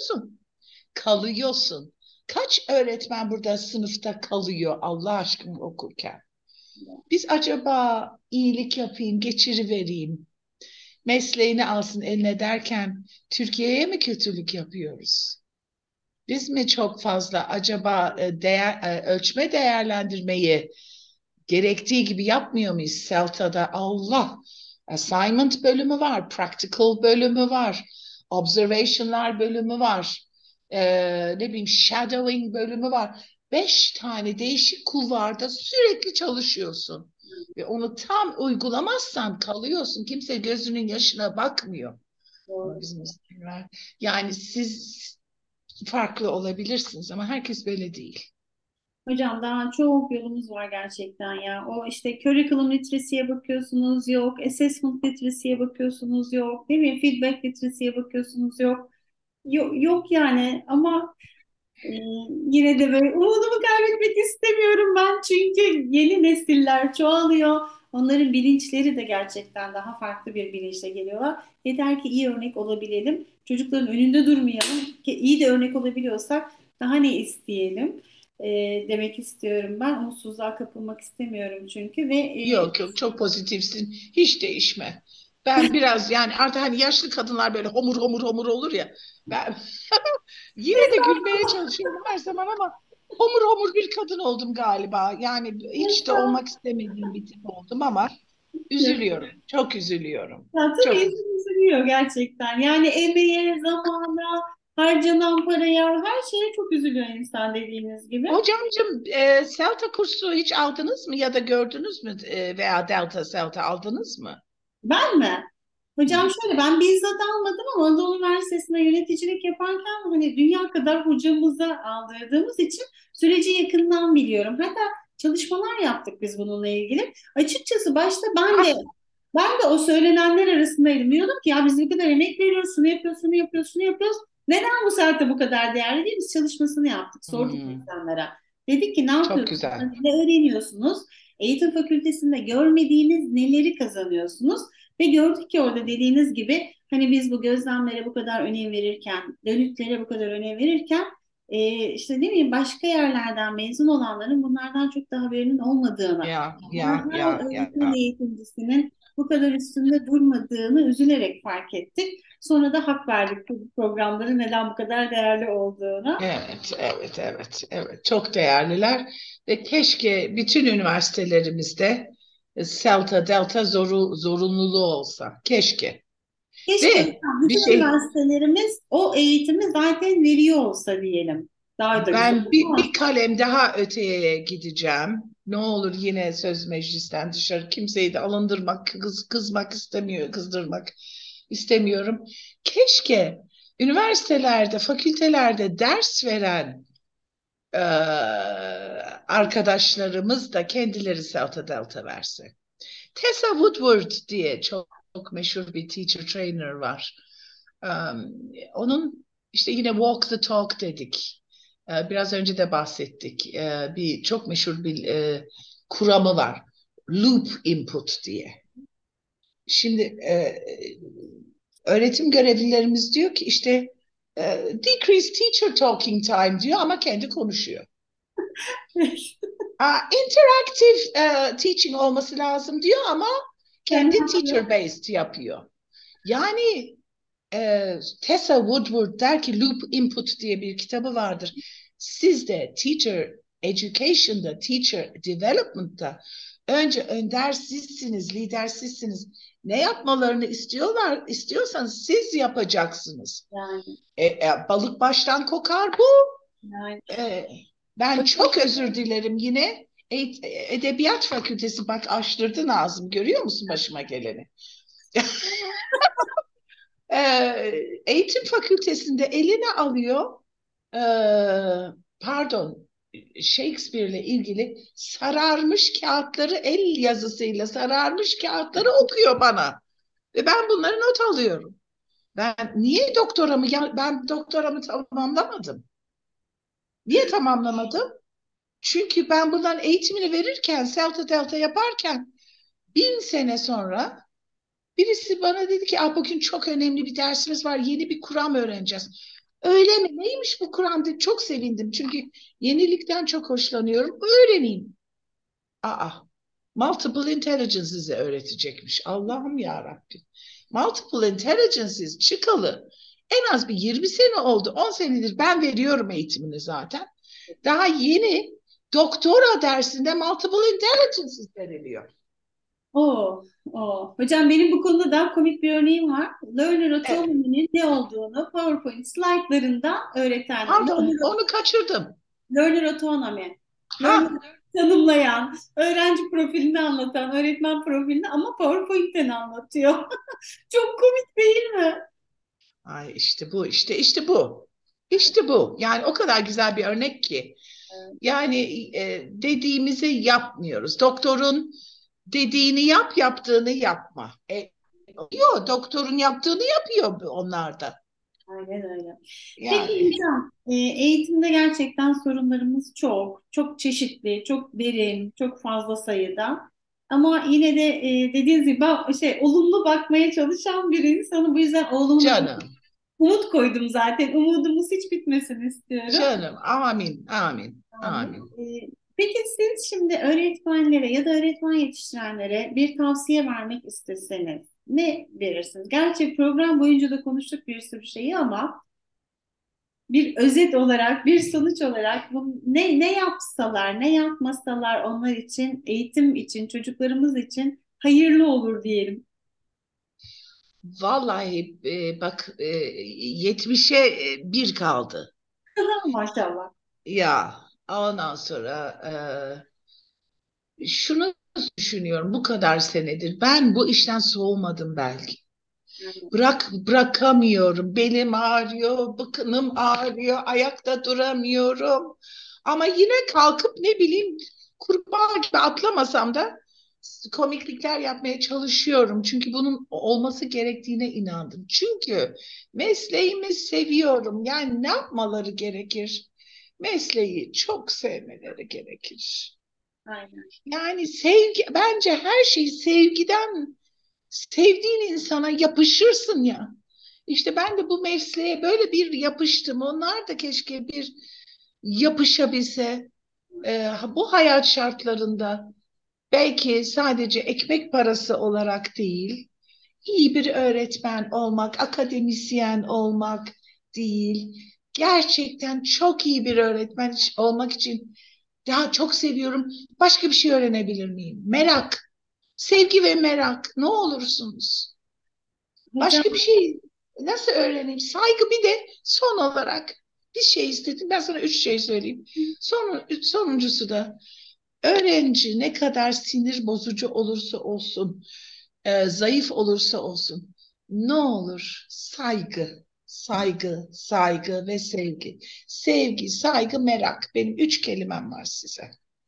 kalıyorsun. Kaç öğretmen burada sınıfta kalıyor Allah aşkına okurken? Biz acaba iyilik yapayım, geçirivereyim, mesleğini alsın eline derken Türkiye'ye mi kötülük yapıyoruz? Biz mi çok fazla acaba ölçme değerlendirmeyi gerektiği gibi yapmıyor muyuz Celta'da? Allah! Assignment bölümü var, practical bölümü var, observation'lar bölümü var, ne bileyim shadowing bölümü var. 5 tane değişik kulvarda sürekli çalışıyorsun. Ve onu tam uygulamazsan kalıyorsun. Kimse gözünün yaşına bakmıyor. Ama Doğru. bizim insanlar, yani siz farklı olabilirsiniz ama herkes böyle değil. Hocam daha çok yolumuz var gerçekten ya. O işte curriculum literacy'ye bakıyorsunuz yok. Assessment literacy'ye bakıyorsunuz yok. Değil mi? Feedback literacy'ye bakıyorsunuz yok. Yok, yok yani ama Ee, yine de böyle umudumu kaybetmek istemiyorum ben çünkü yeni nesiller çoğalıyor. Onların bilinçleri de gerçekten daha farklı bir bilinçle geliyorlar. Yeter ki iyi örnek olabilelim. Çocukların önünde durmayalım. Ki iyi de örnek olabiliyorsak daha ne isteyelim demek istiyorum ben. Umutsuzluğa kapılmak istemiyorum çünkü ve Yok çok pozitifsin. Hiç değişme. Ben biraz yani artık hani yaşlı kadınlar böyle homur olur ya. Ben yine de gülmeye çalışıyorum her zaman ama homur bir kadın oldum galiba. Yani hiç de olmak istemediğim bir tip oldum ama üzülüyorum. Çok üzülüyorum. ya tabii Çok insan üzülüyor gerçekten. Yani emeğe, zamana, harcanan paraya, her şeye çok üzülüyor insan dediğiniz gibi. Hocamcığım, Celta kursu hiç aldınız mı ya da gördünüz mü veya Delta Celta aldınız mı? Ben mi? Hocam şöyle, ben bizzat almadım ama Anadolu Üniversitesi'nde yöneticilik yaparken hani dünya kadar hocamıza aldırdığımız için süreci yakından biliyorum. Hatta çalışmalar yaptık biz bununla ilgili. Açıkçası başta ben de o söylenenler arasındaydım. Diyordum ki ya biz ne kadar emek veriyoruz, şunu yapıyoruz, şunu yapıyoruz, şunu yapıyoruz. Neden bu saatte bu kadar değerli değil? Biz çalışmasını yaptık, sorduk Hmm, insanlara. Dedik ki ne çok yapıyorsunuz, güzel. hani ne öğreniyorsunuz? Eğitim fakültesinde görmediğiniz neleri kazanıyorsunuz? Ve gördük ki orada dediğiniz gibi hani biz bu gözlemlere bu kadar önem verirken, dönütlere bu kadar önem verirken işte ne bileyim başka yerlerden mezun olanların bunlardan çok da haberinin olmadığını, Ya ama ya her ya öğretmen ya. eğitimcisinin bu kadar üstünde durmadığını üzülerek fark ettik. Sonra da hak verdik bu programların neden bu kadar değerli olduğuna. Evet, evet, evet, evet. Çok değerliler ve keşke bütün üniversitelerimizde Delta Delta zorunluluğu olsa. Keşke. Keşke Ve hocam bir bütün şey üniversitelerimiz o eğitimi zaten veriyor olsa diyelim. Daha da güzel ben bir olmaz. kalem daha öteye gideceğim. Ne olur yine söz meclisten dışarı kimseyi de alındırmak, kızmak istemiyor, kızdırmak istemiyorum. Keşke üniversitelerde, fakültelerde ders veren e, arkadaşlarımız da kendileri Delta Delta verse. Tessa Woodward diye çok meşhur bir teacher trainer var. Onun işte yine walk the talk dedik. Biraz önce de bahsettik. Bir çok meşhur bir kuramı var. Loop input diye. Şimdi öğretim görevlilerimiz diyor ki işte decrease teacher talking time diyor ama kendi konuşuyor. Interactive teaching olması lazım diyor ama Kendi kendi yapıyor. teacher based yapıyor. Yani Tessa Woodward der ki Loop Input diye bir kitabı vardır. Siz de teacher education'da, teacher development'ta önce önder sizsiniz, lider sizsiniz. Ne yapmalarını istiyorsanız siz yapacaksınız. Yani, Balık baştan kokar bu. yani. E, Ben çok özür dilerim yine. Edebiyat Fakültesi bak açtırdın ağzım görüyor musun başıma geleni? Eğitim Fakültesi'nde eline alıyor, e, pardon, Shakespeare'le ilgili sararmış kağıtları el yazısıyla sararmış kağıtları okuyor bana. Ve ben bunları not alıyorum. Ben doktoramı tamamlamadım. Niye tamamlamadım? Çünkü ben bundan eğitimini verirken, Delta Delta yaparken 1000 sene sonra birisi bana dedi ki bugün çok önemli bir dersimiz var. Yeni bir kuram öğreneceğiz. Öyle mi? Neymiş bu kuram dedi. Çok sevindim. Çünkü yenilikten çok hoşlanıyorum. Öğreneyim. Aa, multiple intelligence'ı öğretecekmiş. Allah'ım ya Rabbim. Multiple intelligence'ız çıkalı. En az bir 20 sene oldu. 10 senedir ben veriyorum eğitimini zaten. Daha yeni doktora dersinde multiple intelligence'ız veriliyor. Oo, oo. Hocam benim bu konuda daha komik bir örneğim var. Learner Evet. autonomy'nin ne olduğunu PowerPoint slaytlarında öğreten, Pardon, onu kaçırdım. learner autonomy. Ha, Learner tanımlayan, öğrenci profilini anlatan, öğretmen profilini ama PowerPoint'ten anlatıyor. Çok komik değil mi? ay işte bu, işte bu. İşte bu. Yani o kadar güzel bir örnek ki. Yani dediğimizi yapmıyoruz. Doktorun dediğini yap, yaptığını yapma. Yok, doktorun yaptığını yapıyor onlar da. Aynen öyle. Peki Yani hocam, eğitimde gerçekten sorunlarımız çok, çok çeşitli, çok derin, çok fazla sayıda. Ama yine de dediğiniz gibi ben olumlu bakmaya çalışan bir insanım. Bu yüzden oğlumun adına canım, Umut koydum zaten. Umudumuz hiç bitmesin istiyorum. canım. Amin, amin, Amin. amin. Peki siz şimdi öğretmenlere ya da öğretmen yetiştirenlere bir tavsiye vermek isteseniz ne verirsiniz? Gerçi program boyunca da konuştuk bir sürü şeyi ama bir özet olarak, bir sonuç olarak ne yapsalar, ne yapmasalar onlar için, eğitim için, çocuklarımız için hayırlı olur diyelim. Vallahi bak 70'e bir kaldı. Maşallah. Ya ondan sonra şunu düşünüyorum bu kadar senedir. Ben bu işten soğumadım belki. Yani, Bırakamıyorum. Belim ağrıyor, bıkınım ağrıyor, ayakta duramıyorum. Ama yine kalkıp ne bileyim kurbağa gibi atlamasam da komiklikler yapmaya çalışıyorum. Çünkü bunun olması gerektiğine inandım. Çünkü mesleğimi seviyorum. Yani ne yapmaları gerekir? Mesleği çok sevmeleri gerekir. aynen. Yani sevgi, bence her şey sevgiden, sevdiğin insana yapışırsın ya. İşte ben de bu mesleğe böyle bir yapıştım. Onlar da keşke bir yapışabilse. Bu hayat şartlarında belki sadece ekmek parası olarak değil, iyi bir öğretmen olmak, akademisyen olmak değil, gerçekten çok iyi bir öğretmen olmak için daha çok seviyorum. Başka bir şey öğrenebilir miyim? Merak, sevgi ve merak. Ne olursunuz. Hocam, Başka bir şey nasıl öğreneyim? Saygı bir de son olarak bir şey istedim. Ben sana üç şey söyleyeyim. Sonuncusu da öğrenci ne kadar sinir bozucu olursa olsun, zayıf olursa olsun, ne olur saygı, saygı, saygı ve sevgi. Sevgi, saygı, merak. Benim üç kelimem var size.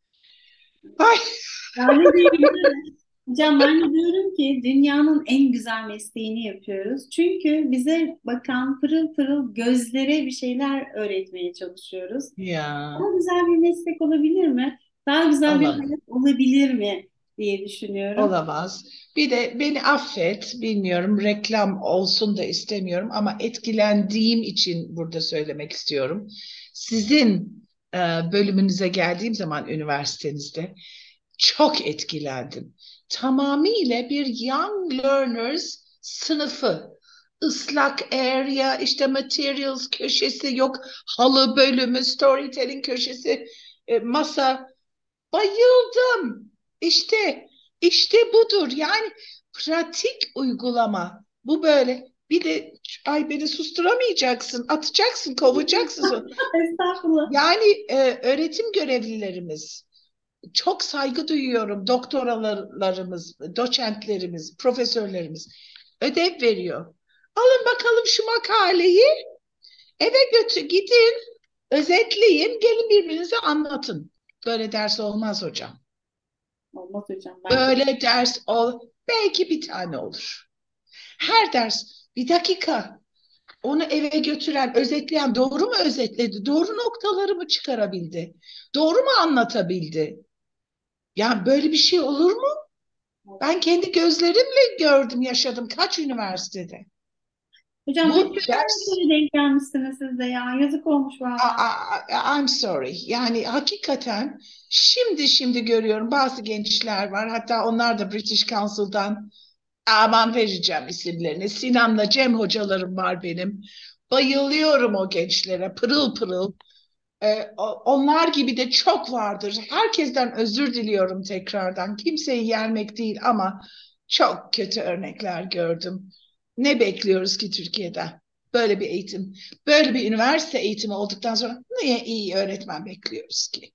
Ay, yani diyebiliriz. Hocam ben de diyorum ki dünyanın en güzel mesleğini yapıyoruz. Çünkü bize bakan pırıl pırıl gözlere bir şeyler öğretmeye çalışıyoruz. ya Daha güzel bir meslek olabilir mi? Daha güzel bir Allah. hayat olabilir mi diye düşünüyorum. Olamaz. Bir de beni affet, bilmiyorum reklam olsun da istemiyorum ama etkilendiğim için burada söylemek istiyorum. Sizin bölümünüze geldiğim zaman üniversitenizde çok etkilendim. Tamamıyla bir Young Learners sınıfı. Islak area, işte materials köşesi yok, halı bölümü, storytelling köşesi, masa. Bayıldım. İşte, işte budur. Yani pratik uygulama. Bu böyle. Bir de ay beni susturamayacaksın, atacaksın, kovacaksın. Estağfurullah. Yani öğretim görevlilerimiz çok saygı duyuyorum. Doktoralarımız, doçentlerimiz, profesörlerimiz ödev veriyor. Alın bakalım şu makaleyi, eve götür, gidin, özetleyin, gelin birbirinize anlatın. Böyle ders olmaz hocam. Olmaz hocam bence. Böyle ders belki bir tane olur. Her ders bir dakika onu eve götüren, özetleyen doğru mu özetledi? Doğru noktaları mı çıkarabildi? Doğru mu anlatabildi? Ya böyle bir şey olur mu? Ben kendi gözlerimle gördüm, yaşadım kaç üniversitede. Hocam hep Bu böyle ders şeylere denk gelmişsiniz siz de ya. Yazık olmuş valla. I'm sorry. Yani hakikaten şimdi görüyorum bazı gençler var. Hatta onlar da British Council'dan. Aman vereceğim isimlerini. Sinan'la Cem hocalarım var benim. Bayılıyorum o gençlere. Pırıl pırıl. Onlar gibi de çok vardır. Herkesten özür diliyorum tekrardan. Kimseyi yermek değil ama çok kötü örnekler gördüm. Ne bekliyoruz ki Türkiye'de? Böyle bir eğitim, böyle bir üniversite eğitimi olduktan sonra niye iyi öğretmen bekliyoruz ki?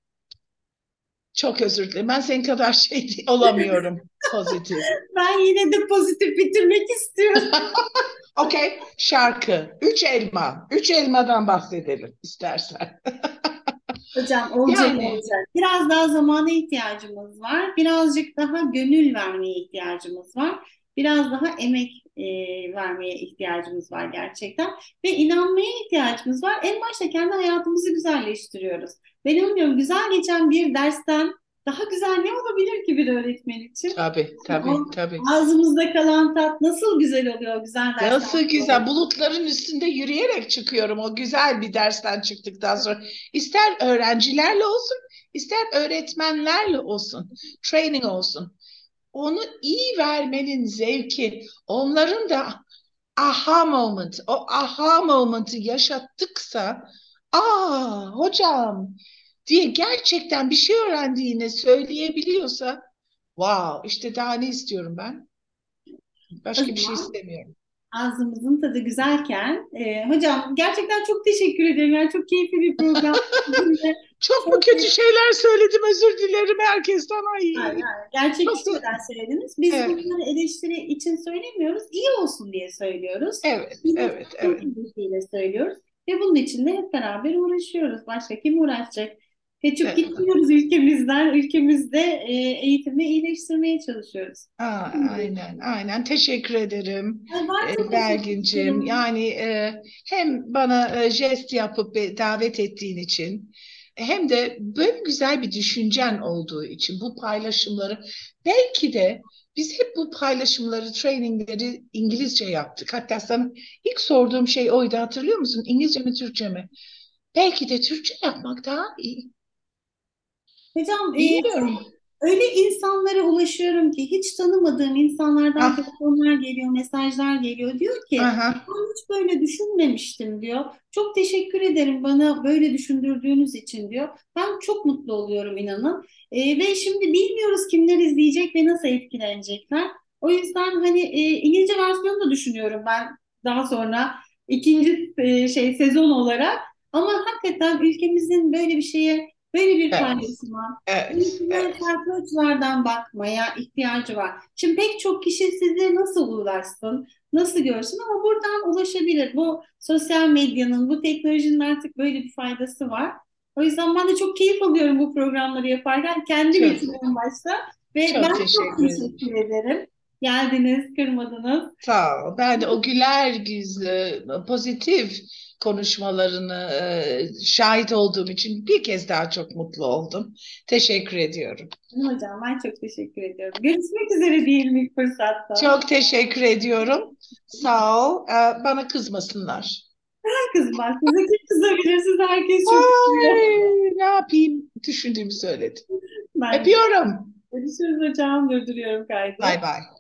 Çok özür dilerim. Ben senin kadar şey olamıyorum pozitif. Ben yine de pozitif bitirmek istiyorum. Okey, şarkı. Üç elma. Üç elmadan bahsedelim istersen. Hocam olacak Yani olacak. Biraz daha zamana ihtiyacımız var. Birazcık daha gönül vermeye ihtiyacımız var. Biraz daha emek vermeye ihtiyacımız var gerçekten. Ve inanmaya ihtiyacımız var. En başta kendi hayatımızı güzelleştiriyoruz. Ben umuyorum güzel geçen bir dersten daha güzel ne olabilir ki bir öğretmen için? tabii, tabii, O tabii. ağzımızda kalan tat nasıl güzel oluyor o güzel dersten Nasıl sonra. güzel. Bulutların üstünde yürüyerek çıkıyorum o güzel bir dersten çıktıktan sonra. İster öğrencilerle olsun, ister öğretmenlerle olsun. Training olsun. Onu iyi vermenin zevki, onların da aha moment, o aha moment'ı yaşattıksa, hocam diye gerçekten bir şey öğrendiğini söyleyebiliyorsa, wow, işte daha ne istiyorum ben? O Başka bir şey zaman istemiyorum. Ağzımızın tadı güzelken. Hocam gerçekten çok teşekkür ederim. Yani çok keyifli bir program. Sizinle Çok mu kötü sohbet. şeyler söyledim? Özür dilerim herkesten. Hayır, Ay. hayır. Gerçek Çok da kişiden söylediniz. Biz evet, bunları eleştiri için söylemiyoruz. İyi olsun diye söylüyoruz. evet, evet, İyileştirmek evet, ilgisiyle söylüyoruz. Ve bunun için de hep beraber uğraşıyoruz. Başka kim uğraşacak? Çok evet. gitmiyoruz ülkemizden. Ülkemizde eğitimi iyileştirmeye çalışıyoruz. Şimdi, Aynen, aynen. Teşekkür ederim ay ben çok teşekkür Belgin'cim. ederim. Yani hem bana jest yapıp davet ettiğin için hem de böyle güzel bir düşüncen olduğu için bu paylaşımları belki de biz hep bu paylaşımları, trainingleri İngilizce yaptık. Hatta sana ilk sorduğum şey oydu, hatırlıyor musun? İngilizce mi, Türkçe mi? Belki de Türkçe yapmak daha iyi. Hocam Bilmiyorum. öyle insanlara ulaşıyorum ki hiç tanımadığım insanlardan Ah, telefonlar geliyor, mesajlar geliyor. Diyor ki aha, ben hiç böyle düşünmemiştim diyor. Çok teşekkür ederim bana böyle düşündürdüğünüz için diyor. Ben çok mutlu oluyorum inanın. Ve şimdi bilmiyoruz kimler izleyecek ve nasıl etkilenecekler. O yüzden hani İngilizce versiyonu da düşünüyorum ben daha sonra ikinci sezon olarak. Ama hakikaten ülkemizin böyle bir şeye, böyle bir evet, paylaşıma, evet, eğitime evet. farklı açılardan bakmaya ihtiyacı var. Şimdi pek çok kişi size nasıl ulaşsın, nasıl görsün ama buradan ulaşabilir. Bu sosyal medyanın, bu teknolojinin artık böyle bir faydası var. O yüzden ben de çok keyif alıyorum bu programları yaparken. Kendim Çok, için en başta. Ve ben çok çok teşekkür ederim. teşekkür ederim. Geldiniz, kırmadınız. Sağ ol. Ben de o güler yüzlü, pozitif konuşmalarını şahit olduğum için bir kez daha çok mutlu oldum. Teşekkür ediyorum. Hocam ben çok teşekkür ediyorum. Görüşmek üzere diyelim ilk fırsatta. Çok teşekkür ediyorum. Sağ ol. Bana kızmasınlar. Kızmaz. Size kim kızabilir? Siz herkes çok Ay, seviyor. ne yapayım? Düşündüğümü söyledim. Ben de. Öpüyorum. Görüşürüz hocam. Durduruyorum Bay kaydı. bay.